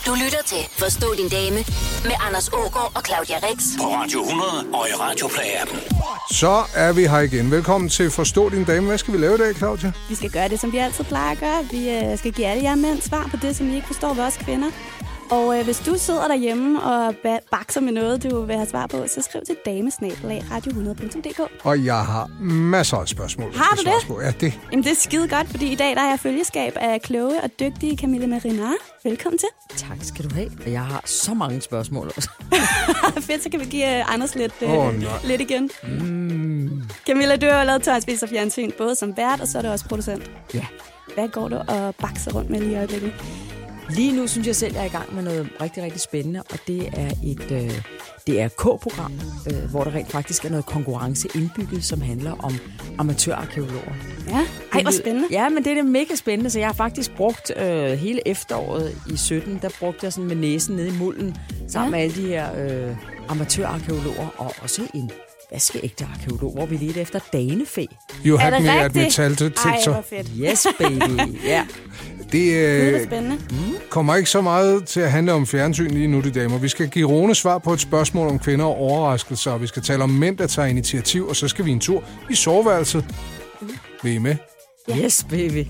Du lytter til Forstå din dame med Anders Aagaard og Claudia Rix på Radio 100 og i Radioplay-appen. Så er vi her igen. Velkommen til Forstå din dame. Hvad skal vi lave i dag, Claudia? Vi skal gøre det, som vi altid plejer at gøre. Vi skal give alle jer mænd svar på det, som I ikke forstår ved os kvinder. Og hvis du sidder derhjemme og bakser med noget, du vil have svar på, så skriv til damesnabelag.radio100.dk. Og jeg har masser af spørgsmål. Har du det? Ja, det. Jamen, det er skide godt, fordi i dag der er jeg følgeskab af kloge og dygtige Camilla Marinard. Velkommen til. Tak skal du have. Jeg har så mange spørgsmål også. Fedt, så kan vi give Anders lidt igen. Camilla, du har lavet Tørnspis og Fjernsyn, både som vært, og så er du også producent. Ja. Hvad går du og bakser rundt med lige i øjeblikket? Lige nu synes jeg selv, at jeg er i gang med noget rigtig, rigtig spændende, og det er et DRK-program, hvor der rent faktisk er noget konkurrence indbygget, som handler om amatørarkæologer. Ja, ej, hvor spændende. Ja, men det er mega spændende, så jeg har faktisk brugt hele efteråret i 17, der brugte jeg sådan med næsen nede i mulden, sammen med alle de her amatørarkæologer, og også en vaskeægte arkæolog, hvor vi ledte efter danefæ. You had me at metaldetektor. Ej, hvor fedt. Yes, baby. Ja. Det er spændende. Kommer ikke så meget til at handle om fjernsyn lige nu, de damer. Vi skal give Rune svar på et spørgsmål om kvinder og overraskelser, og vi skal tale om mænd, der tager initiativ, og så skal vi en tur i soveværelset. Vil I med? Yes, baby.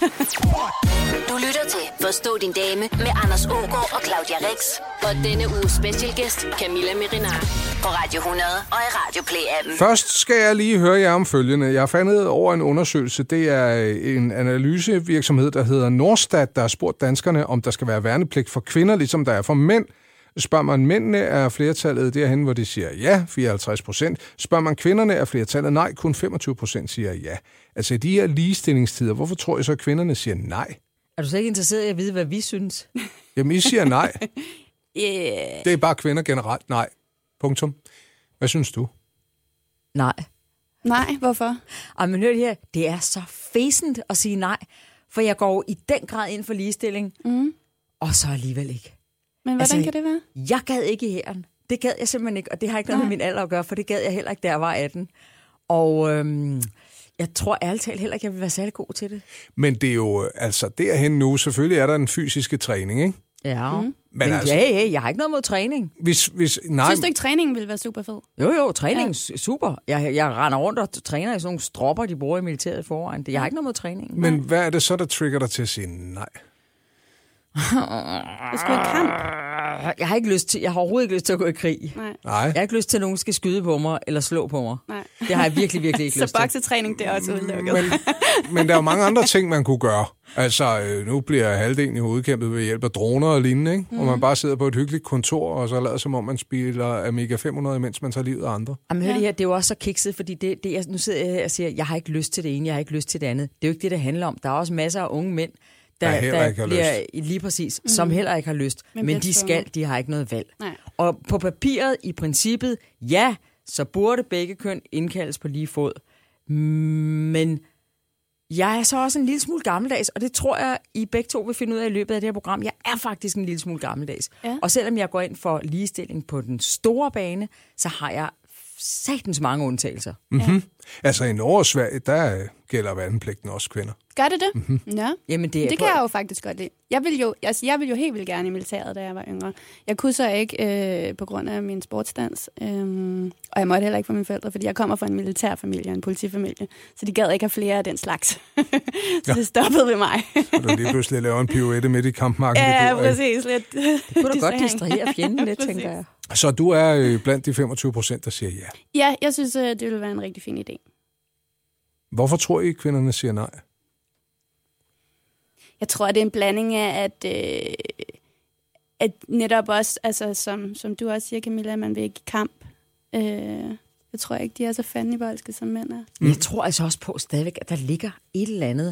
Du lytter til Forstå din dame med Anders Aagaard og Claudia Rix. Og denne uges specialgæst, Camilla Marinard. På Radio 100 og i Radioplay-appen. Først skal jeg lige høre jer om følgende. Jeg har fandt over en undersøgelse. Det er en analysevirksomhed, der hedder Norstat, der har spurgt danskerne, om der skal være værnepligt for kvinder, ligesom der er for mænd. Spørger man mændene, er flertallet derhen, hvor de siger ja, 54%. Spørger man kvinderne, er flertallet nej, kun 25% siger ja. Altså i de her ligestillingstider, hvorfor tror jeg så, at kvinderne siger nej? Er du så ikke interesseret i at vide, hvad vi synes? Jamen, I siger nej. Yeah. Det er bare kvinder generelt nej. Punktum. Hvad synes du? Nej. Nej, hvorfor? Men hør det her, det er så fæsent at sige nej, for jeg går i den grad ind for ligestilling, og så alligevel ikke. Men hvordan kan det være? Jeg gad ikke i hæren. Det gad jeg simpelthen ikke, og det har ikke noget med min alder at gøre, for det gad jeg heller ikke, da jeg var 18. Og jeg tror ærligt talt heller ikke, jeg vil være særlig god til det. Men det er jo, altså derhen nu, selvfølgelig er der en fysiske træning, ikke? Ja. Men altså, jeg har ikke noget mod træning. Nej. Synes du ikke, træningen ville være super fed? Jo, træning super. Jeg render rundt og træner i sådan nogle stropper, de bruger i militæret foran. Jeg har ikke noget mod træning. Men hvad er det så, der trigger dig til at sige nej? Du skal i kamp. Jeg har overhovedet ikke lyst til at gå i krig. Nej. Jeg har ikke lyst til, at nogen skal skyde på mig eller slå på mig. Nej. Det har jeg virkelig ikke lyst til. Så boksetræning, det er også udelukket. Men der er jo mange andre ting, man kunne gøre. Altså, nu bliver halvdelen jo udkæmpet ved hjælp af droner og lignende, ikke? Og man bare sidder på et hyggeligt kontor, og så lader som om man spiller Amiga 500, mens man tager livet af andre. Jamen hør det her, det er jo også så kikset, fordi nu sidder jeg her og siger, jeg har ikke lyst til det ene, jeg har ikke lyst til det andet. Det er jo ikke det, det handler om. Der er også masser af unge mænd, der bliver lige præcis, som heller ikke har lyst. Men de har ikke noget valg. Nej. Og på papiret, i princippet, ja, så burde begge køn indkaldes på lige fod. Men jeg er så også en lille smule gammeldags, og det tror jeg, I begge to vil finde ud af i løbet af det her program. Jeg er faktisk en lille smule gammeldags. Ja. Og selvom jeg går ind for ligestilling på den store bane, så har jeg satans mange undtagelser. Mm-hmm. Altså i Norge og Sverige, der gælder værnepligten også kvinder. Gør det det? Mm-hmm. Ja. Jamen, det kan jeg jo faktisk godt lide. Jeg vil jo helt vildt gerne i militæret, da jeg var yngre. Jeg kunne så ikke på grund af min sportsdans. Og jeg måtte heller ikke få mine forældre, fordi jeg kommer fra en militærfamilie og en politifamilie. Så de gad ikke have flere af den slags. Så det stoppede ved mig. Og du lige pludselig laver en pirouette midt i kampmarken. Ja, præcis. Lidt. Det kunne da godt distrahere fjenden lidt, tænker jeg. Så du er blandt de 25%, der siger ja? Ja, jeg synes, det ville være en rigtig fin idé. Hvorfor tror I, kvinderne siger nej? Jeg tror, det er en blanding af, at netop også, altså, som du også siger, Camilla, at man vil ikke i kamp. Jeg tror ikke, de er så fandenivoldske, som mænd er. Jeg tror altså også på stadigvæk, at der ligger et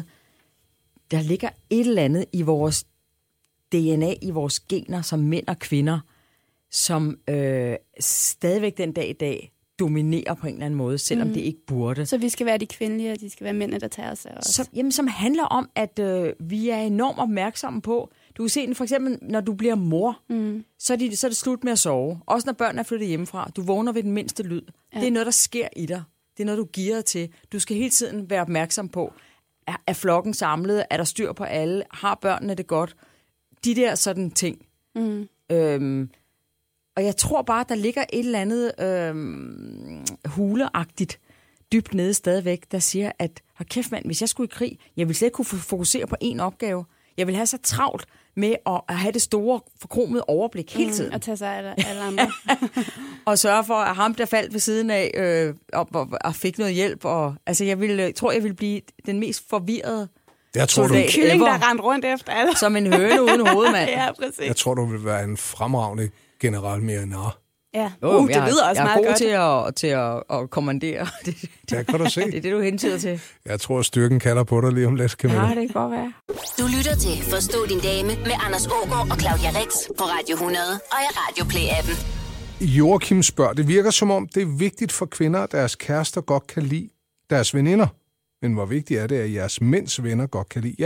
eller andet i vores DNA, i vores gener, som mænd og kvinder, som stadigvæk den dag i dag dominerer på en eller anden måde, selvom det ikke burde. Så vi skal være de kvindelige, og de skal være mændene, der tager sig også. Som handler om, at vi er enormt opmærksomme på, du kan se, for eksempel, når du bliver mor, så er det slut med at sove. Også når børnene er flyttet hjemmefra. Du vågner ved den mindste lyd. Ja. Det er noget, der sker i dig. Det er noget, du giver til. Du skal hele tiden være opmærksom på, er flokken samlet? Er der styr på alle? Har børnene det godt? De der sådan ting. Og jeg tror bare, der ligger et eller andet huleagtigt dybt nede stadigvæk, der siger, at hold kæft mand, hvis jeg skulle i krig, jeg ville slet ikke kunne fokusere på én opgave. Jeg vil have så travlt med at have det store, forkromede overblik hele tiden. Og tage sig af alle andre. Og sørge for, at ham, der faldt ved siden af, og fik noget hjælp. Og, altså, jeg ville blive den mest forvirrede soldat kylling, der rendte rundt efter alle. Som en høne uden hoved, mand. Ja, præcis. Jeg tror, du vil være en fremragende general Mirenar. Ja, det lyder også meget godt. Jeg er god til at kommandere. Det kan du se. Det er det, du hentyder til. Jeg tror, at styrken kalder på dig lige om lidt, Camilla. Ja, det kan godt være. Du lytter til Forstå din dame med Anders Ågaard og Claudia Rix på Radio 100 og i Radio Play-appen. Joachim spørger, det virker som om, det er vigtigt for kvinder, at deres kærester godt kan lide deres veninder. Men hvor vigtigt er det, at jeres mænds venner godt kan lide jer?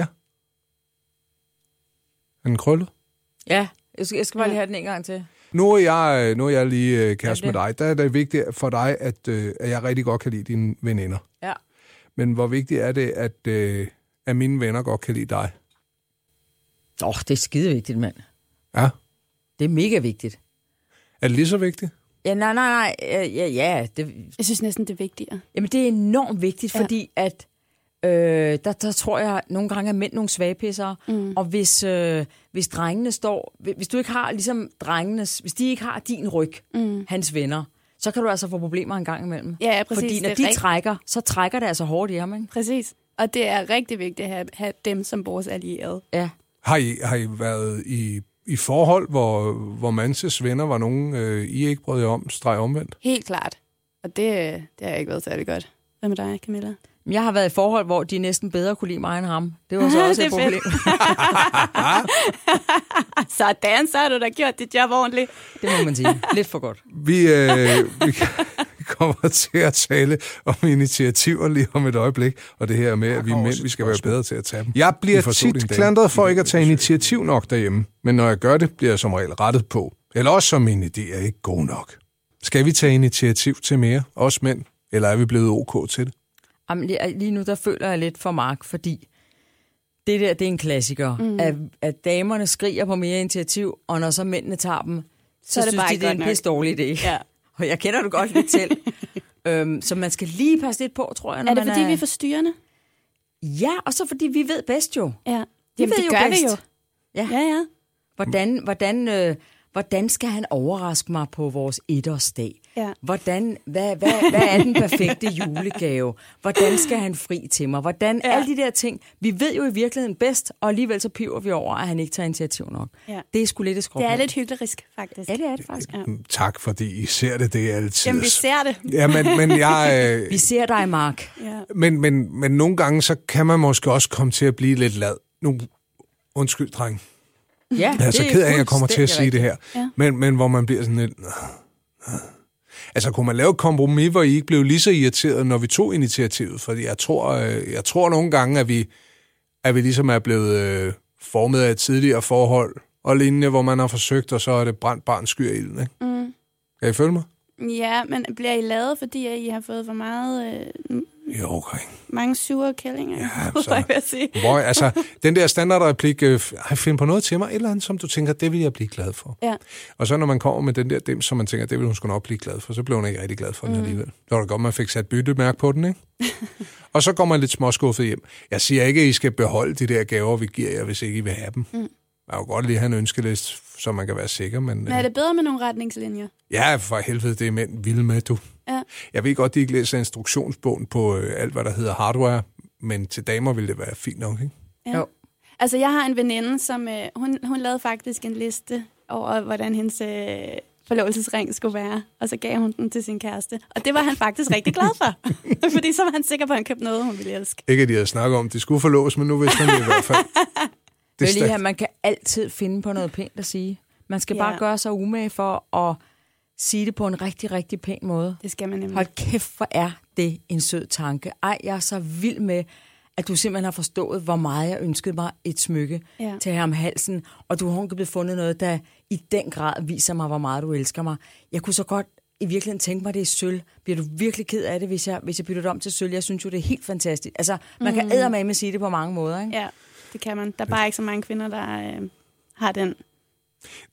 Er den krøllet? Ja, jeg skal bare lige have den en gang til. Nu er jeg lige kæreste med dig. Der er det vigtigt for dig, at jeg rigtig godt kan lide dine veninder. Ja. Men hvor vigtigt er det, at mine venner godt kan lide dig? Det er skide vigtigt, mand. Ja. Det er mega vigtigt. Er det lige så vigtigt? Ja, nej. Ja. Jeg synes næsten, det er vigtigere. Jamen, det er enormt vigtigt, fordi at der tror jeg nogle gange er mænd nogle svagpissere, og hvis drengene står, hvis du ikke har ligesom drengenes, hvis de ikke har din ryg, hans venner, så kan du altså få problemer en gang imellem. Ja, præcis. Fordi når de trækker, så trækker det altså hårdt i ham, ikke? Præcis. Og det er rigtig vigtigt at have dem som vores allierede. Ja. Har I været i forhold, hvor manses venner var nogen, I ikke brød jer om, streg omvendt? Helt klart. Og det har ikke været særlig godt. Hvad med dig, Camilla? Jeg har været i forhold, hvor de næsten bedre kunne lide mig end ham. Det var så også et problem. Sådan, så har du da gjort dit job ordentligt. Det må man sige. Lidt for godt. Vi kommer til at tale om initiativer lige om et øjeblik, og det her med, at vi mænd, vi skal være bedre til at tage dem. Jeg bliver tit klandret for ikke at tage initiativ nok derhjemme, men når jeg gør det, bliver jeg som regel rettet på. Eller også som min idé er ikke god nok. Skal vi tage initiativ til mere, os mænd, eller er vi blevet OK til det? Jamen, lige nu, der føler jeg lidt for Mark, fordi det er en klassiker. At damerne skriger på mere initiativ, og når så mændene tager dem, så synes de, det er en pisse dårlig idé. Ja. Og jeg kender du godt lidt til. Så man skal lige passe lidt på, tror jeg. Når er det fordi, vi er forstyrrende? Ja, og så fordi vi ved bedst jo. Ja, vi ved det jo gør bedst. vi jo. Ja. Hvordan skal han overraske mig på vores etårsdag? Ja. Hvad er den perfekte julegave? Hvordan skal han fri til mig? Alle de der ting. Vi ved jo i virkeligheden bedst, og alligevel så piver vi over, at han ikke tager initiativ nok. Ja. Det er sgu lidt et skråt. Det er lidt hyklerisk, faktisk. Ja, det er det faktisk. Ja. Tak, fordi I ser det er altid. Jamen, vi ser det. Ja, men jeg... Vi ser dig, Mark. Ja. Men nogle gange, så kan man måske også komme til at blive lidt lad. Nu, undskyld, dreng. Ja, jeg er så ked af, at jeg kommer til at sige det her. Ja. Men hvor man bliver sådan lidt... Altså, kunne man lave et kompromis, hvor I ikke blev lige så irriteret, når vi tog initiativet? Fordi jeg tror nogle gange, at vi ligesom er blevet formet af et tidligere forhold og lignende, hvor man har forsøgt, og så er det brændt barn skyr i ilden, ikke? Mm. Kan I følge mig? Ja, men bliver I lavet, fordi I har fået for meget... Jo, okay. Mange sure kællinger, ja, så, jeg vil sige. Altså, den der standardreplik, find på noget til mig, et eller andet, som du tænker, det vil jeg blive glad for. Ja. Og så når man kommer med den der dem, som man tænker, det vil hun sgu nok blive glad for, så bliver hun ikke rigtig glad for den alligevel. Så var det godt, man fik sat byttemærke på den, ikke? Og så går man lidt småskuffet hjem. Jeg siger ikke, at I skal beholde de der gaver, vi giver jer, hvis ikke I vil have dem. Mm. Jeg vil godt lige have en ønskeliste, så man kan være sikker. Men er det bedre med nogle retningslinjer? Ja, for helvede, det er mænd vilde med, du. Ja. Jeg ved godt, de ikke læser instruktionsbogen på alt, hvad der hedder hardware, men til damer ville det være fint nok, ikke? Ja. Jo. Altså, jeg har en veninde, som hun lavede faktisk en liste over, hvordan hendes forlovelsesring skulle være, og så gav hun den til sin kæreste. Og det var han faktisk rigtig glad for, fordi så var han sikker på, at han købte noget, hun ville elske. Ikke, at de havde snakket om, at de skulle forloves, men nu vidste han det i hvert fald. Det lige her, man kan altid finde på noget pænt at sige. Man skal bare gøre sig umage for at sige det på en rigtig, rigtig pæn måde. Det skal man nemlig. Hold kæft, hvor er det en sød tanke. Ej, jeg er så vild med, at du simpelthen har forstået, hvor meget jeg ønskede mig et smykke til her om halsen, og du har ikke blevet fundet noget, der i den grad viser mig, hvor meget du elsker mig. Jeg kunne så godt i virkeligheden tænke mig, det er sølv. Bliver du virkelig ked af det, hvis jeg bytter det om til sølv? Jeg synes jo, det er helt fantastisk. Altså, man kan eddermame sige det på mange måder, ikke? Ja, det kan man. Der er bare ikke så mange kvinder, der har den.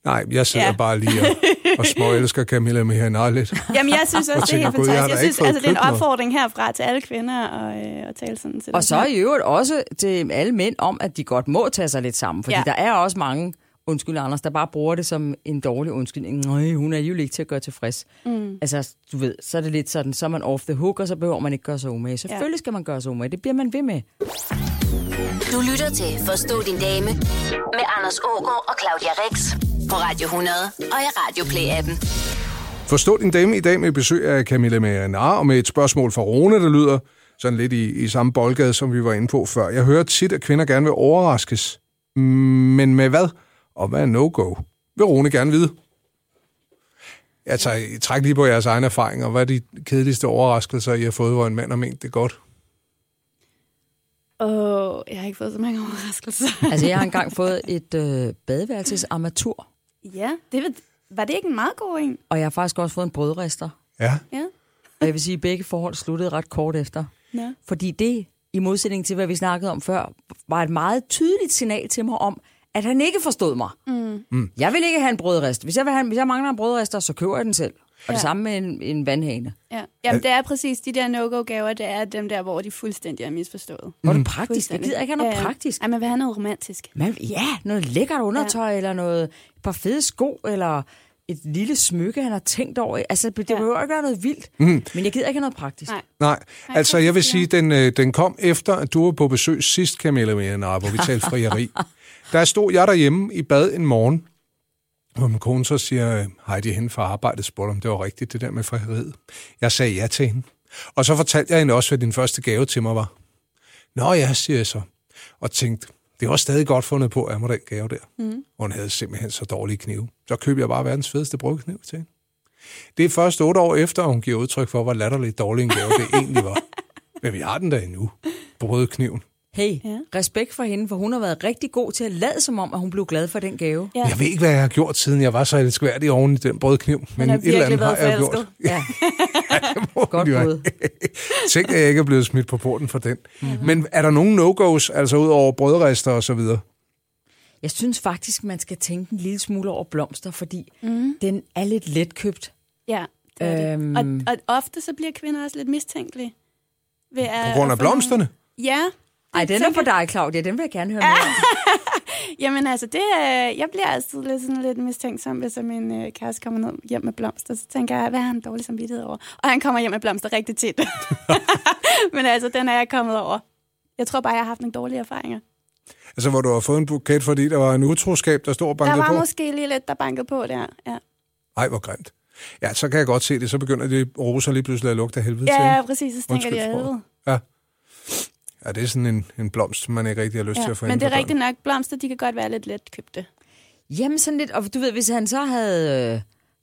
Nej, jeg sidder bare lige og småelsker Camilla Merinar lidt. Jamen, jeg synes også, det er helt fantastisk. Jeg synes, altså, det er en noget. opfordring herfra til alle kvinder at tale sådan til Og så i øvrigt også til alle mænd om, at de godt må tage sig lidt sammen. Fordi der er også mange, undskyld Anders, der bare bruger det som en dårlig undskyldning. Nej, hun er jo ikke til at gøre tilfreds. Altså, du ved, så er det lidt sådan, så er man off the hook, og så behøver man ikke gøre sig umage. Selvfølgelig skal man gøre sig umage. Det bliver man ved med. Du lytter til Forstå din dame med Anders Aagaard og Claudia Rix på Radio 100 og i Radio Play-appen. Forstå din dame i dag med besøg af Camilla Merinar og med et spørgsmål fra Rune, der lyder sådan lidt i samme boldgade, som vi var inde på før. Jeg hører tit, at kvinder gerne vil overraskes. Men med hvad? Og hvad er no-go? Vil Rune gerne vide. Jeg træk lige på jeres egne erfaringer. Hvad er de kedeligste overraskelser, I har fået, hvor en mand har ment det godt? Jeg har ikke fået så mange overraskelser. Altså, jeg har engang fået et badeværelsesarmatur. Ja, var det ikke en meget god en? Og jeg har faktisk også fået en brødrester. Ja. Og jeg vil sige, at begge forhold sluttede ret kort efter. Ja. Fordi det, i modsætning til, hvad vi snakkede om før, var et meget tydeligt signal til mig om, at han ikke forstod mig. Jeg vil ikke have en brødrest. Hvis jeg mangler en brødrester, så køber jeg den selv. Og det samme med en vandhane. Ja. Jamen, det er præcis de der no-go-gaver, det er dem der, hvor de fuldstændig er misforstået. Hvor er det praktisk? Jeg gider ikke have noget praktisk. Ja, man vil have noget romantisk. Noget lækkert undertøj, eller noget, et par fede sko, eller et lille smykke, han har tænkt over. Altså, det behøver ikke være noget vildt, men jeg gider ikke have noget praktisk. Nej. Altså jeg vil sige, den kom efter, at du var på besøg sidst, Camilla Merinar, hvor vi talte frieri. Der stod jeg derhjemme i bad en morgen, og min kone så siger, Heidi hende fra arbejdet spurgte, om det var rigtigt, det der med frieriet. Jeg sagde ja til hende. Og så fortalte jeg hende også, hvad din første gave til mig var. Nå ja, siger jeg så. Og tænkte, det var stadig godt fundet på, at jeg må den gave der. Og hun havde simpelthen så dårlige knive. Så købte jeg bare verdens fedeste brugkniv til hende. Det er først 8 år efter, at hun giver udtryk for, hvor latterligt dårlig en gave det egentlig var. Men vi har den der endnu. Brødkniven. Hey, respekt for hende, for hun har været rigtig god til at lade som om, at hun blev glad for den gave. Ja. Jeg ved ikke, hvad jeg har gjort, siden jeg var så elskværdig oven i den brødkniv. Men et eller andet har jeg gjort. Ja. Godt bud. Tænk, at jeg ikke er blevet smidt på porten for den. Men er der nogen no-go's, altså ud over brødrester og så videre? Jeg synes faktisk, man skal tænke en lille smule over blomster, fordi den er lidt letkøbt. Ja, det er det. Og ofte så bliver kvinder også lidt mistænkelige. På grund af blomsterne? Ja. Ej, den er for dig, Claudia. Den vil jeg gerne høre mere om. Jamen altså, jeg bliver altid lidt mistænksom, hvis min kæreste kommer ned hjem med blomster. Så tænker jeg, hvad har han dårlig samvittighed over? Og han kommer hjem med blomster rigtig tit. Men altså, den er jeg kommet over. Jeg tror bare, jeg har haft nogle dårlige erfaringer. Altså, hvor du har fået en buket, fordi der var en utroskab, der stod og bankede på? Der var måske lige lidt, der bankede på der, ja. Ej, hvor grimt. Ja, så kan jeg godt se det. Så begynder de roser lige pludselig at lugte af helvede til. Ja, præcis. Så tænker de af helvede. Ja. Ja, det er sådan en blomst, man ikke rigtig har lyst til at få. Men det er rigtigt nok. Blomster, de kan godt være lidt letkøbte. Jamen sådan lidt, og du ved, hvis han så havde...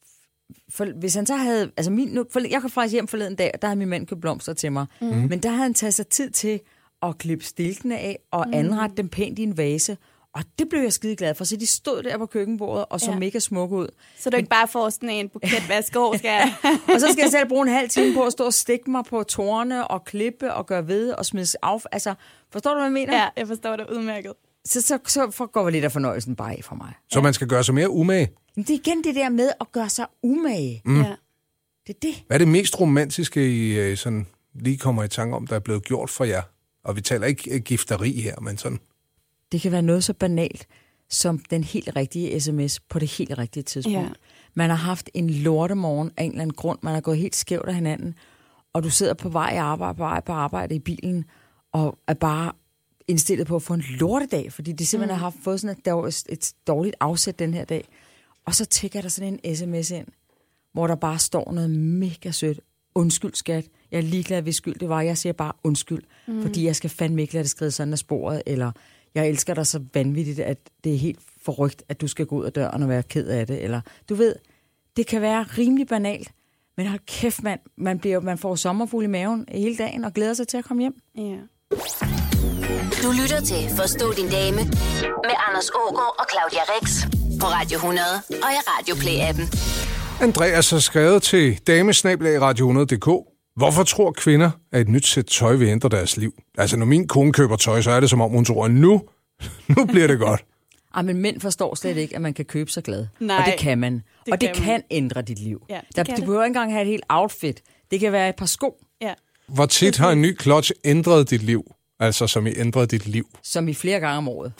jeg kom faktisk hjem forleden dag, og der havde min mand købt blomster til mig. Men der havde han taget sig tid til at klippe stilkene af og anrette dem pænt i en vase. Og det blev jeg skide glad for, så de stod der på køkkenbordet og så mega smukke ud. Så du ikke bare får sådan en buket, værsgo, skal jeg? Og så skal jeg selv bruge en halv time på at stå og stikke mig på tårne og klippe og gøre ved og smide af. Altså, forstår du, hvad jeg mener? Ja, jeg forstår det udmærket. Så går lidt af fornøjelsen bare af for mig. Så man skal gøre sig mere umage? Men det er igen det der med at gøre sig umage. Ja. Det er det. Hvad er det mest romantiske, I sådan lige kommer i tanke om, der er blevet gjort for jer? Og vi taler ikke gifteri her, men sådan... Det kan være noget så banalt som den helt rigtige sms på det helt rigtige tidspunkt. Ja. Man har haft en lortemorgen af en eller anden grund. Man har gået helt skævt af hinanden. Og du sidder på vej på arbejde i bilen og er bare indstillet på at få en lortedag, fordi de simpelthen har fået sådan et dårligt afsæt den her dag. Og så tækker der sådan en sms ind, hvor der bare står noget mega sødt. Undskyld, skat. Jeg er ligeglad, hvis skyld det var. Jeg siger bare undskyld, fordi jeg skal fandme ikke lade det skride sådan af sporet, eller jeg elsker dig så vanvittigt, at det er helt forrygt, at du skal gå ud af døren og være ked af det. Eller, du ved, det kan være rimelig banalt, men hold kæft, man får sommerfugl i maven hele dagen og glæder sig til at komme hjem. Ja. Du lytter til Forstå din dame med Anders Aagaard og Claudia Rix på Radio 100 og i Radio Play-appen. Andreas har skrevet til damesnabelagradio100.dk. Hvorfor tror kvinder, at et nyt sæt tøj vil ændre deres liv? Altså, når min kone køber tøj, så er det som om, hun tror, at nu bliver det godt. Men mænd forstår slet ikke, at man kan købe sig glad. Nej, og det kan man. Og det kan kan ændre dit liv. Ja, Du behøver ikke engang have et helt outfit. Det kan være et par sko. Ja. Hvor tit har en ny clutch ændret dit liv? Altså, som i ændrede dit liv? Som i flere gange om året.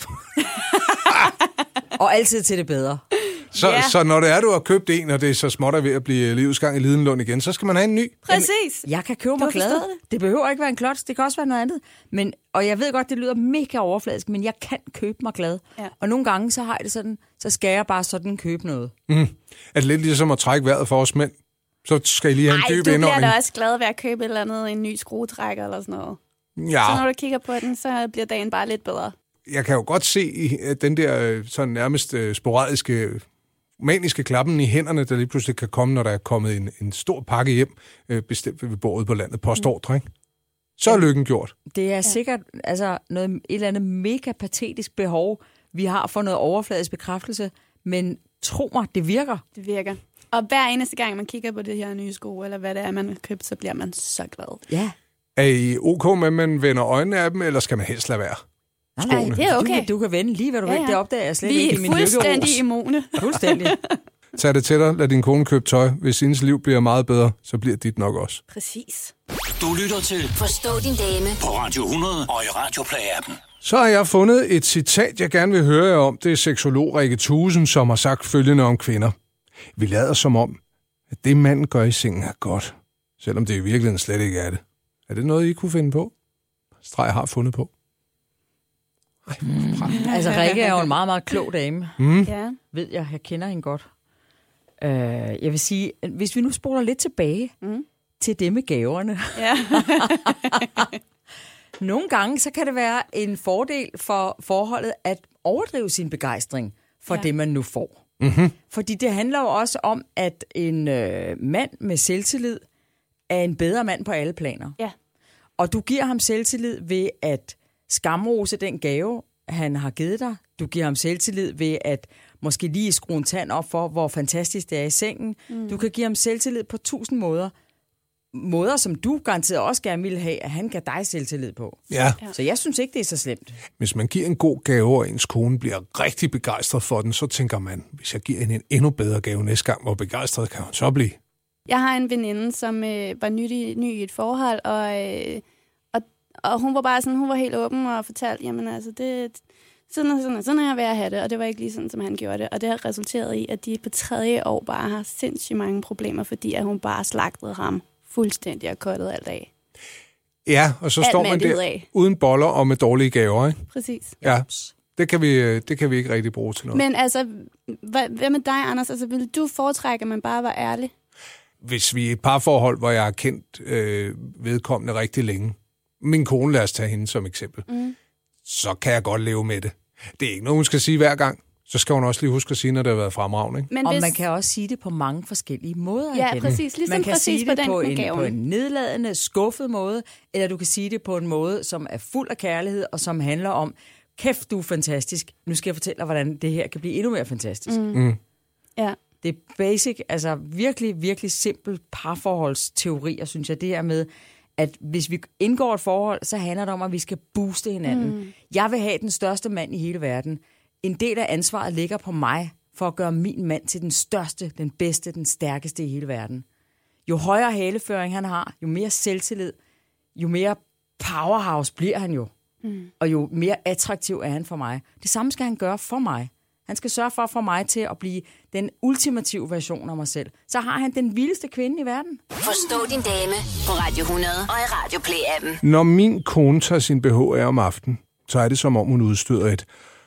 Og altid til det bedre. Så når det er, du har købt en, og det er så småt ved at blive livets gang i Lidenlund igen, så skal man have en ny. Præcis. Jeg kan købe mig glad. Det behøver ikke være en klods, det kan også være noget andet. Og jeg ved godt, det lyder mega overfladisk, men jeg kan købe mig glad. Ja. Og nogle gange, så har jeg det sådan, så skal jeg bare sådan købe noget. Er det lidt ligesom at trække vejret for os mænd? Så skal I lige have en dyb indånding. du bliver da også glad ved at købe et eller andet, en ny skruetrækker eller sådan noget. Ja. Så når du kigger på den, så bliver dagen bare lidt bedre. Jeg kan jo godt se den der sådan nærmest sporadiske, maniske klappen i hænderne, der lige pludselig kan komme, når der er kommet en stor pakke hjem, bestemt ved bordet på landet, postordre, ikke? Så er lykken gjort. Det er sikkert et eller andet mega patetisk behov, vi har for noget overfladisk bekræftelse, men tro mig, det virker. Det virker. Og hver eneste gang, man kigger på det her nye sko, eller hvad det er, man har købt, så bliver man så glad. Ja. Er I ok med, at man vender øjnene af dem, eller skal man helst lade være? Nej, det er okay. Du kan vende lige, hvad du vil. Det opdager jeg slet ikke i min lykkeros. Vi er fuldstændig immune. Fuldstændig. Tag det til dig. Lad din kone købe tøj. Hvis hendes liv bliver meget bedre, så bliver dit nok også. Præcis. Du lytter til Forstå din dame på Radio 100 og i Radioplay-appen. Så har jeg fundet et citat, jeg gerne vil høre jer om. Det er seksolog Rikke Thuesen, som har sagt følgende om kvinder. Vi lader som om, at det manden gør i sengen er godt, selvom det i virkeligheden slet ikke er det. Er det noget, I kunne finde på? Streg har fundet på. Altså, Rikke er jo en meget, meget klog dame. Ja. Ved jeg kender hende godt. Jeg vil sige, hvis vi nu spoler lidt tilbage til det med gaverne. Ja. Nogle gange, så kan det være en fordel for forholdet at overdrive sin begejstring for det, man nu får. Mm-hmm. Fordi det handler jo også om, at en mand med selvtillid er en bedre mand på alle planer. Ja. Og du giver ham selvtillid ved at skamrose den gave, han har givet dig. Du giver ham selvtillid ved at måske lige skrue en tand op for, hvor fantastisk det er i sengen. Du kan give ham selvtillid på 1000 måder. Måder, som du garanteret også gerne ville have, at han gav dig selvtillid på. Ja. Så jeg synes ikke, det er så slemt. Hvis man giver en god gave, og ens kone bliver rigtig begejstret for den, så tænker man, hvis jeg giver hende en endnu bedre gave næste gang, hvor begejstret kan hun så blive. Jeg har en veninde, som var ny i et forhold, og hun var bare sådan, hun var helt åben og fortalte, jamen altså, sådan er jeg ved at have det, og det var ikke lige sådan, som han gjorde det. Og det har resulteret i, at de på 3. år bare har sindssygt mange problemer, fordi at hun bare slagtede ham fuldstændig og kottet alt af. Ja, og så står man der uden boller og med dårlige gaver, ikke? Præcis. Ja, det kan vi ikke rigtig bruge til noget. Men altså, hvad med dig, Anders? Altså, vil du foretrække, at man bare var ærlig? Hvis vi er et parforhold, hvor jeg har kendt vedkommende rigtig længe, min kone, lad os tage hende som eksempel, så kan jeg godt leve med det. Det er ikke noget, hun skal sige hver gang. Så skal hun også lige huske at sige, når det har været fremragende. Ikke? Men man kan også sige det på mange forskellige måder. Ja, præcis. Ligesom man kan præcis sige det på en nedladende, skuffet måde, eller du kan sige det på en måde, som er fuld af kærlighed, og som handler om, kæft, du er fantastisk. Nu skal jeg fortælle dig, hvordan det her kan blive endnu mere fantastisk. Ja. Det er basic, altså virkelig, virkelig simpel parforholdsteorier, synes jeg, det her med, at hvis vi indgår et forhold, så handler det om, at vi skal booste hinanden. Jeg vil have den største mand i hele verden. En del af ansvaret ligger på mig for at gøre min mand til den største, den bedste, den stærkeste i hele verden. Jo højere haleføring han har, jo mere selvtillid, jo mere powerhouse bliver han jo. Og jo mere attraktiv er han for mig. Det samme skal han gøre for mig. Han skal sørge for at få mig til at blive den ultimative version af mig selv. Så har han den vildeste kvinde i verden. Forstå din dame på Radio 100 og i Radioplay-appen. Når min kone tager sin BH af om aftenen, så er det som om hun udstøder et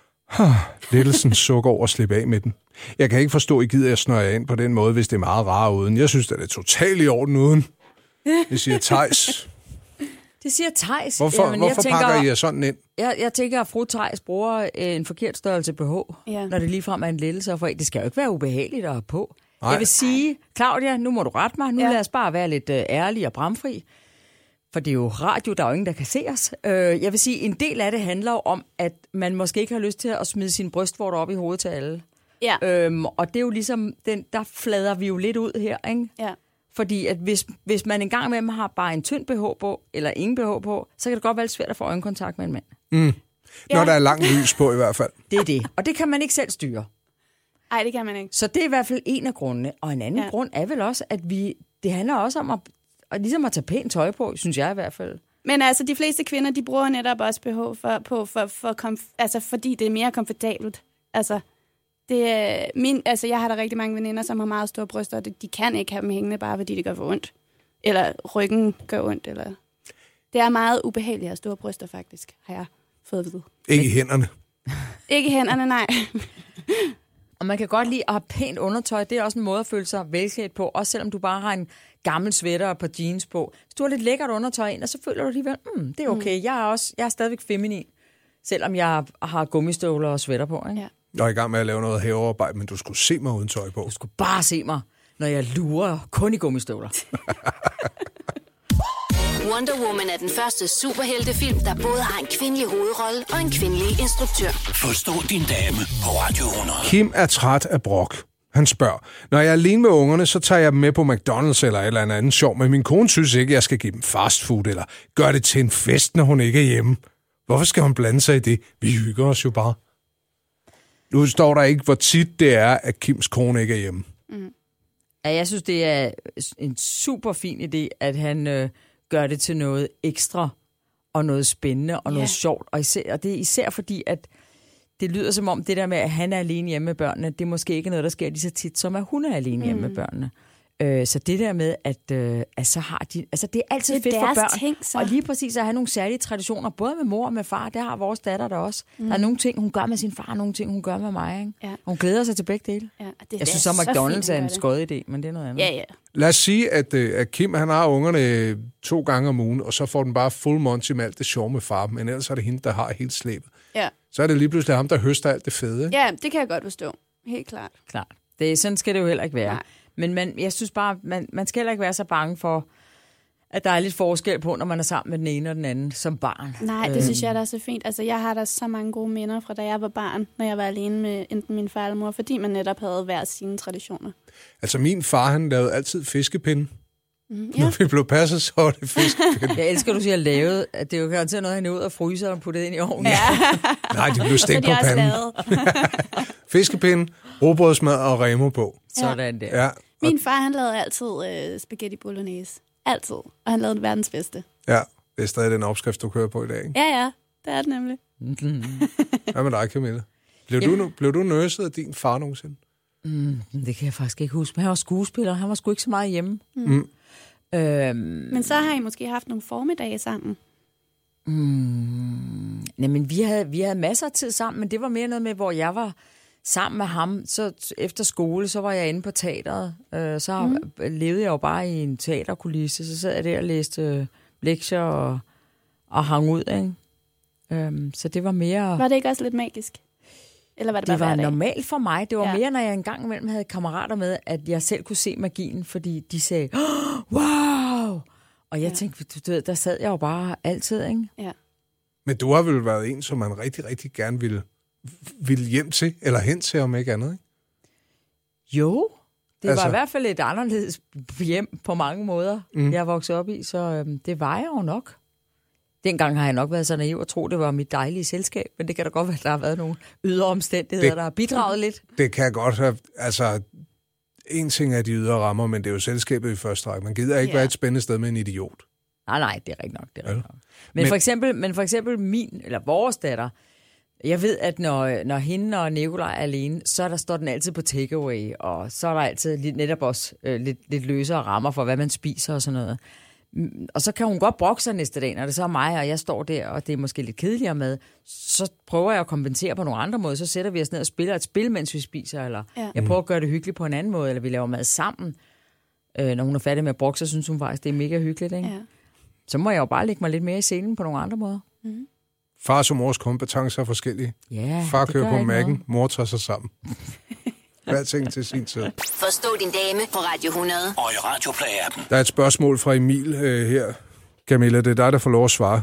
lettelsens suk over at slippe af med den. Jeg kan ikke forstå, at I gider at snøre ind på den måde, hvis det er meget rart uden. Jeg synes, at det er totalt i orden uden. Det siger Theis. Det siger Theis. Hvorfor pakker I jer sådan ind? Jeg tænker, at fru Theis bruger en forkert størrelse BH, når det ligefrem er en lettelse. For det skal jo ikke være ubehageligt at have på. Nej. Jeg vil sige, Claudia, nu må du rette mig. Nu lad os bare være lidt ærlig og bramfri. For det er jo radio, der er jo ingen, der kan se os. Jeg vil sige, en del af det handler jo om, at man måske ikke har lyst til at smide sin brystvorter op i hovedet til alle. Ja. Og det er jo ligesom, der flader vi jo lidt ud her, ikke? Ja. Fordi at hvis man engang med dem har bare en tynd BH på, eller ingen BH på, så kan det godt være svært at få øjenkontakt med en mand. Når der er langt lys på i hvert fald. Det er det. Og det kan man ikke selv styre. Nej, det kan man ikke. Så det er i hvert fald en af grundene. Og en anden grund er vel også, at det handler også om ligesom at tage pænt tøj på, synes jeg i hvert fald. Men altså, de fleste kvinder, de bruger netop også BH fordi det er mere komfortabelt. Altså, jeg har da rigtig mange veninder, som har meget store bryster, og de kan ikke have dem hængende, bare fordi det gør for ondt. Eller ryggen gør ondt. Eller... Det er meget ubehageligt at have store bryster, faktisk, har jeg fået at vide. Ikke i hænderne. Ikke i hænderne, nej. Og man kan godt lide at have pænt undertøj. Det er også en måde at føle sig velklædt på. Også selvom du bare har en gammel sweater og et par jeans på. Hvis du har lidt lækkert undertøj ind, og så føler du alligevel, det er okay. Jeg er stadigvæk feminin, selvom jeg har gummistøvler og sweater på. Ikke? Ja. Jeg er i gang med at lave noget havearbejde, men du skulle se mig uden tøj på. Du skulle bare se mig, når jeg lurer kun i gummistøvler. Wonder Woman er den første superheltefilm, der både har en kvindelig hovedrolle og en kvindelig instruktør. Forstå din dame på Radio 100. Kim er træt af brok. Han spørger, når jeg er alene med ungerne, så tager jeg dem med på McDonald's eller et eller andet sjov, men min kone synes ikke, jeg skal give dem fast food eller gøre det til en fest, når hun ikke er hjemme. Hvorfor skal hun blande sig i det? Vi hygger os jo bare. Nu står der ikke, hvor tit det er, at Kims kone ikke er hjemme. Ja, jeg synes, det er en super fin idé, at han gør det til noget ekstra og noget spændende og noget sjovt. Og det er især fordi, at det lyder som om det der med, at han er alene hjemme med børnene, det er måske ikke noget, der sker lige så tit, som at hun er alene hjemme med børnene. Så det der med, at så har de... Altså, det er altid fedt for børn. Ting, så. Og lige præcis at have nogle særlige traditioner, både med mor og med far. Det har vores datter der også. Der er nogle ting, hun gør med sin far, og nogle ting, hun gør med mig. Ikke? Ja. Hun glæder sig til begge dele. Ja, jeg synes så, McDonald's er en skød idé, men det er noget andet. Ja. Lad os sige, at Kim han har ungerne 2 gange om ugen, og så får den bare full monty med alt det sjove med far, men ellers er det hende, der har helt slæbet. Ja. Så er det lige pludselig ham, der høster alt det fede. Ikke? Ja, det kan jeg godt forstå. Helt klart. Sådan skal det jo heller ikke være. Nej. Men jeg synes bare, man skal heller ikke være så bange for, at der er lidt forskel på, når man er sammen med den ene og den anden som barn. Nej, det synes jeg da er så fint. Altså, jeg har da så mange gode minder fra, da jeg var barn, når jeg var alene med enten min far eller mor, fordi man netop havde hver sine traditioner. Altså, min far, han lavede altid fiskepinde. Når vi blev passet, så var det fiskepinde. Jeg elsker, du siger lavet. Det er jo garanteret noget, han er ud og fryser og putter ind i ovnen. Ja. Nej, det blev stegt på panden. Fiskepinde, rugbrødsmad og remo på. Sådan der. Ja. Min far, han lavede altid spaghetti bolognese. Altid. Og han lavede den verdens bedste. Ja, det er stadig den opskrift, du kører på i dag, ikke? Ja, det er det nemlig. Hvad med dig, Camilla? Blev du nørset af din far nogensinde? Det kan jeg faktisk ikke huske. Men han var skuespiller. Han var sgu ikke så meget hjemme. Men så har I måske haft nogle formiddage sammen. Men vi havde masser af tid sammen, men det var mere noget med, hvor jeg var sammen med ham. Så efter skole, så var jeg inde på teateret. Så levede jeg jo bare i en teaterkulisse. Så sad jeg der og læste lektier og hang ud, ikke? Så det var mere... Var det ikke også lidt magisk? Eller var det var hverdag? Normalt for mig. Det var mere, når jeg engang imellem havde kammerater med, at jeg selv kunne se magien, fordi de sagde, wow! Og jeg tænkte, du ved, der sad jeg jo bare altid, ikke? Ja. Men du har vel været en, som man rigtig, rigtig gerne ville hjem til, eller hen til, om ikke andet, ikke? Jo, det var i hvert fald et anderledes hjem på mange måder, jeg voksede op i, så det var jeg jo nok. Dengang har jeg nok været så naiv og tro, det var mit dejlige selskab, men det kan da godt være, at der har været nogle ydre omstændigheder, der har bidraget lidt. Det kan godt have, altså, en ting er de ydre rammer, men det er jo selskabet i første række. Man gider ikke være et spændende sted med en idiot. Nej, det er rigtigt nok. Men for eksempel min, eller vores datter, jeg ved, at når hende og Nikolaj er alene, så står den altid på takeaway, og så er der altid netop også lidt løsere rammer for, hvad man spiser og sådan noget. Og så kan hun godt brokke sig næste dag, når det så er mig, og jeg står der, og det er måske lidt kedeligere med. Så prøver jeg at kompensere på nogle andre måder. Så sætter vi os ned og spiller et spil, mens vi spiser, eller jeg prøver at gøre det hyggeligt på en anden måde, eller vi laver mad sammen. Når hun er færdig med at brokke, så synes hun faktisk, det er mega hyggeligt, ikke? Ja. Så må jeg jo bare lægge mig lidt mere i scenen på nogle andre måder. Fars og mors kompetencer er forskellige. Ja, far kører på Mac'en, mor tager sig sammen. Hver ting til sin tid. Forstå din dame på Radio 100. Og i Radio Play-appen. Der er et spørgsmål fra Emil her. Camilla, det er dig, der får lov at svare.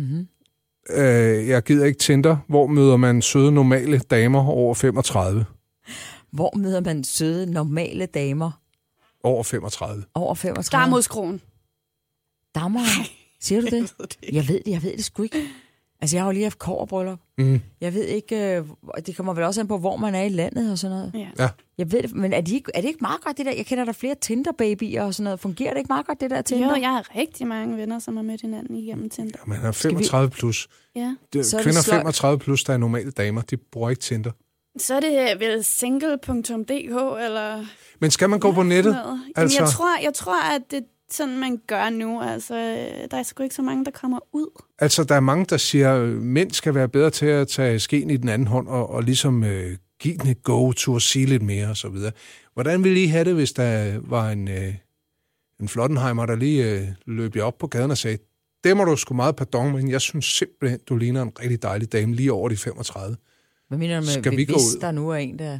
Jeg gider ikke Tinder. Hvor møder man søde, normale damer over 35? Hvor møder man søde, normale damer? Over 35. Over 35? Damhuskroen. Dammer? Siger du det? Jeg ved det sgu ikke. Altså, jeg har jo lige haft kobberbryllup. Jeg ved ikke, det kommer vel også an på, hvor man er i landet og sådan noget. Ja. Jeg ved det, men er det ikke meget godt, det der? Jeg kender der flere Tinder-babyer og sådan noget. Fungerer det ikke meget godt, det der Tinder? Jo, jeg har rigtig mange venner, som har mødt hinanden igennem Tinder. Ja, man er 35 plus. Ja. Kvinder 35 plus, der er normale damer, de bruger ikke Tinder. Så er det vel single.dk, eller... Men skal man gå på nettet? Altså... Jeg tror, at det sådan, man gør nu. Altså, der er sgu ikke så mange, der kommer ud. Altså, der er mange, der siger, at mænd skal være bedre til at tage skeen i den anden hånd og ligesom give den et go-to og sige lidt mere og så videre. Hvordan ville I have det, hvis der var en Flottenheimer, der lige løb op på gaden og sagde, det må du sgu meget pardon, men jeg synes simpelthen, du ligner en rigtig dejlig dame lige over de 35. Hvad mener du med, skal vi hvis gå ud? Der nu er en, der...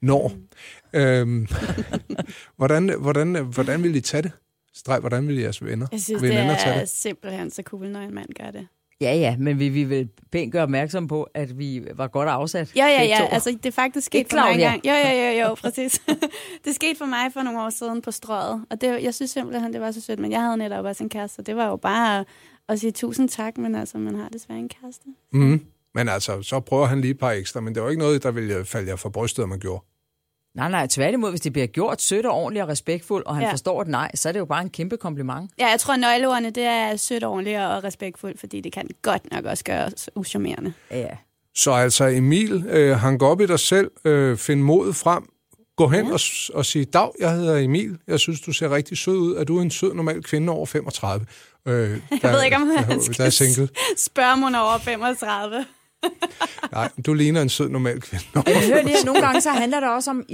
Hvordan vil I tage det? Hvordan vil jeres venner? Jeg synes, det er simpelthen så cool, når en mand gør det. Ja, men vi vil pænt gøre opmærksom på, at vi var godt afsat. Ja, altså det er faktisk sket for mig engang. Jo, præcis. Det skete for mig for nogle år siden på Strøget, og jeg synes simpelthen, det var så sødt, men jeg havde netop også en kæreste, så det var jo bare at sige tusind tak, men altså, man har desværre en kæreste. Men altså, så prøver han lige et par ekstra, men det var ikke noget, der ville falde jer for brystet, man gjorde. Nej, tværtimod, hvis det bliver gjort sødt og ordentligt og respektfuldt, og han forstår et nej, så er det jo bare en kæmpe kompliment. Ja, jeg tror, nøgleordene, det er sødt, ordentligt og respektfuldt, fordi det kan godt nok også gøre os uschammerende. Ja. Så altså, Emil, hang op i dig selv, find modet frem, gå hen og sige, Dag, jeg hedder Emil, jeg synes, du ser rigtig sød ud, er du en sød, normal kvinde over 35? Jeg ved ikke, om han skal spørge mig over 35. Nej, du ligner en sød, normal kvinde. Hør det, nogle gange så handler det også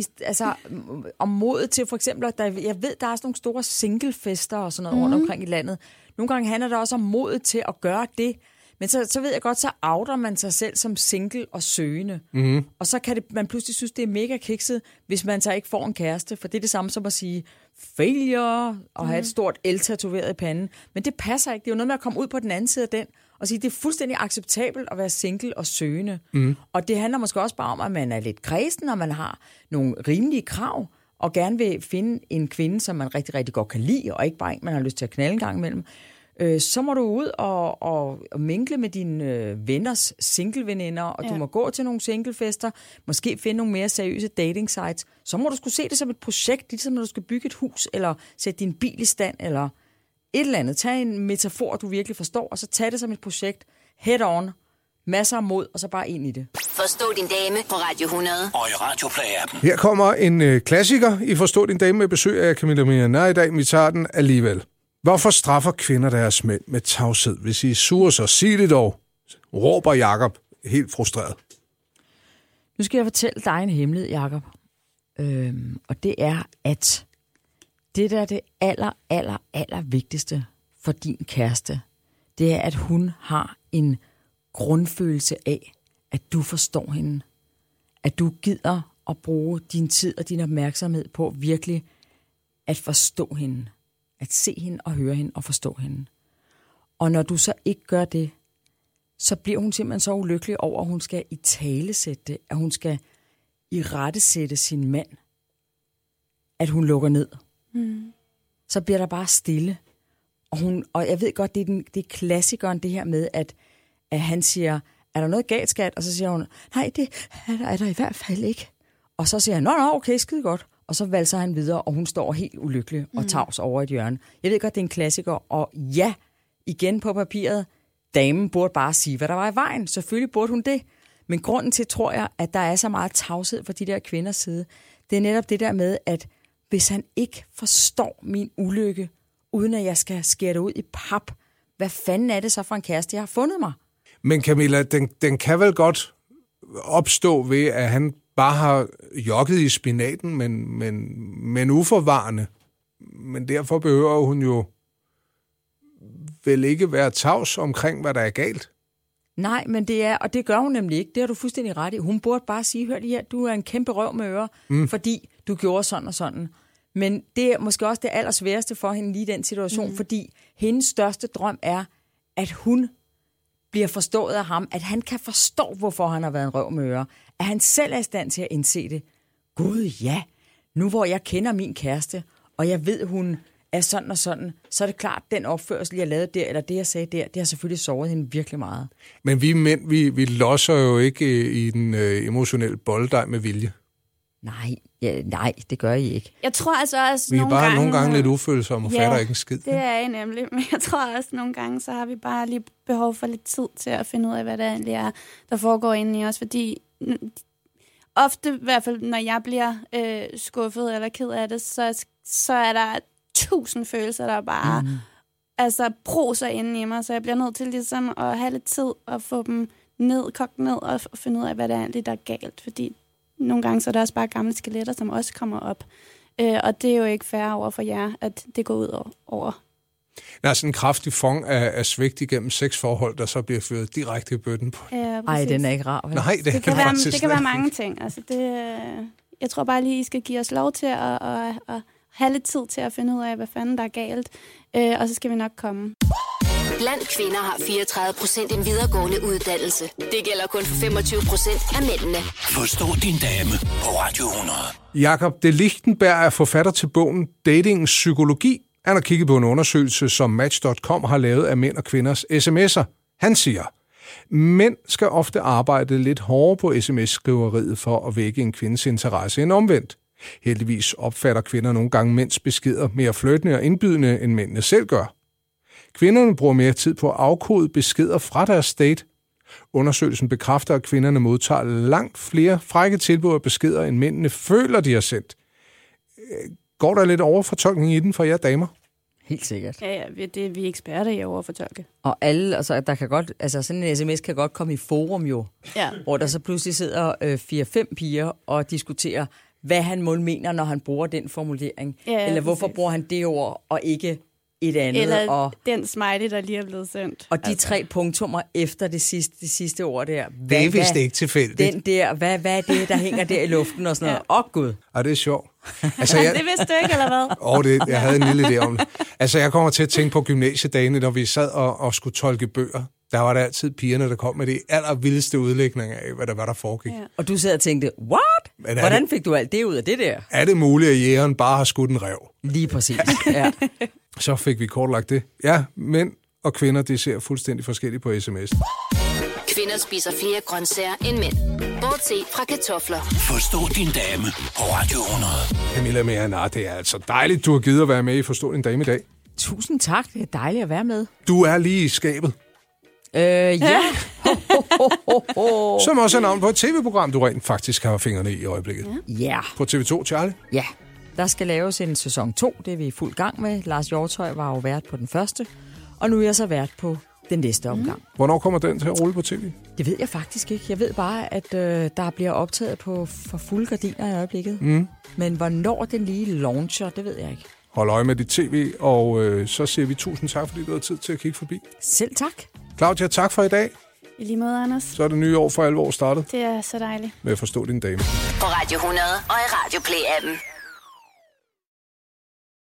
om modet til, for eksempel, jeg ved, der er sådan nogle store singlefester og sådan noget rundt omkring i landet. Nogle gange handler det også om modet til at gøre det. Men så ved jeg godt, så outer man sig selv som single og søgende. Og så kan man pludselig synes, det er mega kikset, hvis man så ikke får en kæreste. For det er det samme som at sige failure og have et stort L tatoveret i panden. Men det passer ikke. Det er jo noget med at komme ud på den anden side af den og sige, det er fuldstændig acceptabelt at være single og søgende. Og det handler måske også bare om, at man er lidt kredsen, og man har nogle rimelige krav, og gerne vil finde en kvinde, som man rigtig, rigtig godt kan lide, og ikke bare en, man har lyst til at knalde en gang imellem. Så må du ud og minkle med dine venners singleveninder, og du må gå til nogle singlefester, måske finde nogle mere seriøse dating sites. Så må du skulle se det som et projekt, ligesom når du skal bygge et hus, eller sætte din bil i stand, eller et eller andet. Tag en metafor, du virkelig forstår, og så tag det som et projekt. Head on. Masser af mod, og så bare ind i det. Forstå din dame på Radio 100. Og i Radioplay-appen. Her kommer en klassiker i Forstå din dame med besøg af Camilla Mianar i dag. Vi tager den alligevel. Hvorfor straffer kvinder deres mænd med tavshed? Hvis I suger så, sig det dog, råber Jakob helt frustreret. Nu skal jeg fortælle dig en hemmelighed, Jakob. Og det er, at det der er det aller vigtigste for din kæreste, det er, at hun har en grundfølelse af, at du forstår hende. At du gider at bruge din tid og din opmærksomhed på virkelig at forstå hende. At se hende og høre hende og forstå hende. Og når du så ikke gør det, så bliver hun simpelthen så ulykkelig over, at hun skal italesætte det, at hun skal irettesætte sin mand, at hun lukker ned. Så bliver der bare stille. Og jeg ved godt, det er klassikeren det her med, at han siger, er der noget galt, skat? Og så siger hun, nej, det er der i hvert fald ikke. Og så siger han, nå, okay, skide godt. Og så valser han videre, og hun står helt ulykkelig og tavs over et hjørne. Jeg ved godt, det er en klassiker, og ja, igen på papiret, damen burde bare sige, hvad der var i vejen. Selvfølgelig burde hun det. Men grunden til, tror jeg, at der er så meget tavshed fra de der kvinders side, det er netop det der med, at hvis han ikke forstår min ulykke, uden at jeg skal skære det ud i pap, hvad fanden er det så for en kæreste, jeg har fundet mig? Men Camilla, den kan vel godt opstå ved, at han bare har jogget i spinaten, men uforvarende. Men derfor behøver hun jo vel ikke være tavs omkring, hvad der er galt. Nej, men det er, og det gør hun nemlig ikke. Det har du fuldstændig ret i. Hun burde bare sige, hør lige her, du er en kæmpe røv med ører, fordi du gjorde sådan og sådan. Men det er måske også det allersværeste for hende lige i den situation, fordi hendes største drøm er, at hun bliver forstået af ham, at han kan forstå, hvorfor han har været en røv med ører, at han selv er i stand til at indse det. Gud, ja, nu hvor jeg kender min kæreste, og jeg ved, hun er sådan og sådan, så er det klart, den opførsel, jeg lavede der, eller det, jeg sagde der, det har selvfølgelig såret hende virkelig meget. Men vi mænd, vi losser jo ikke i den emotionelle bolddej med vilje. Nej, det gør I ikke. Jeg tror altså også Vi er bare nogle gange lidt ufølsomme og fatter ikke en skid. det er I nemlig. Men jeg tror også nogle gange, så har vi bare lige behov for lidt tid til at finde ud af, hvad det egentlig er, der foregår inde i os. Fordi ofte, i hvert fald når jeg bliver skuffet eller ked af det, så er der 1000 følelser, der bare broser inde i mig. Så jeg bliver nødt til ligesom at have lidt tid og få dem kogt ned og finde ud af, hvad det er egentlig, der er galt. Fordi nogle gange så er der også bare gamle skeletter, som også kommer op. Og det er jo ikke fair over for jer, at det går ud over. Der er sådan en kraftig fong af svigt igennem sexforhold, der så bliver ført direkte i bøtten på. Ej, den er ikke rar. Vel? Nej, det kan være mange ting. Altså jeg tror bare lige, I skal give os lov til at have lidt tid til at finde ud af, hvad fanden der er galt. Og så skal vi nok komme. Blandt kvinder har 34% en videregående uddannelse. Det gælder kun for 25% af mændene. Forstå din dame på Radio 100. Jakob de Lichtenberg er forfatter til bogen Datingens psykologi. Han har kigget på en undersøgelse, som Match.com har lavet af mænd og kvinders sms'er. Han siger, mænd skal ofte arbejde lidt hårdere på sms-skriveriet for at vække en kvindes interesse end omvendt. Heldigvis opfatter kvinder nogle gange mænds beskeder mere flirtende og indbydende, end mændene selv gør. Kvinderne bruger mere tid på at afkode beskeder fra deres date. Undersøgelsen bekræfter, at kvinderne modtager langt flere frække tilbud og beskeder, end mændene føler, de har sendt. Går der lidt overfortolkning i den for jer damer? Helt sikkert. Ja, vi er eksperter i at overfortolke. Og alle, altså, der kan godt, altså sådan en sms kan godt komme i forum jo, hvor der så pludselig sidder 4-5 piger og diskuterer, hvad han må mener, når han bruger den formulering. Ja, eller hvorfor bruger han det ord og ikke et andet. Eller og den smiley, der lige er blevet sendt. Og de 3 punktummer efter det sidste ord der. Det er vist ikke tilfældigt. Den der, hvad er det, der hænger der i luften og sådan noget? Gud. Og det er sjovt. Altså, det vidste du ikke, eller hvad? Jeg havde en lille idé om det. Altså, jeg kommer til at tænke på gymnasiedagene, når vi sad og skulle tolke bøger. Der var der altid pigerne, der kom med det allervildeste udlægninger af, hvad der var, der foregik. Ja. Og du sad og tænkte, what? Hvordan fik du alt det ud af det der? Er det muligt, at jægeren bare har skudt en ræv? Lige præcis, ja. Så fik vi kortlagt det. Ja, mænd og kvinder, det ser fuldstændig forskelligt på sms. Kvinder spiser flere grøntsager end mænd. Bortset fra kartofler. Forstå din dame på Radio 100. Camilla Merinar, det er altså dejligt, du har givet at være med i Forstå din dame i dag. Tusind tak, det er dejligt at være med. Du er lige i skabet. Ja. Som også er navn på et tv-program, du rent faktisk har fingrene i øjeblikket. Ja. På TV2, Charlie? Ja. Der skal laves en sæson 2, det er vi i fuld gang med. Lars Hjortøj var jo vært på den første, og nu er jeg så vært på den næste omgang. Hvornår kommer den til at rulle på tv? Det ved jeg faktisk ikke. Jeg ved bare, at der bliver optaget for fulde gardiner i øjeblikket. Men hvornår den lige launcher, det ved jeg ikke. Hold øje med dit tv, og så siger vi tusind tak, fordi du har tid til at kigge forbi. Selv tak. Claudia, tak for i dag. I lige måde, Anders. Så er det nye år for alvor startet. Det er så dejligt. Med at Forstå din dame. På Radio 100 og i Radio Play-appen.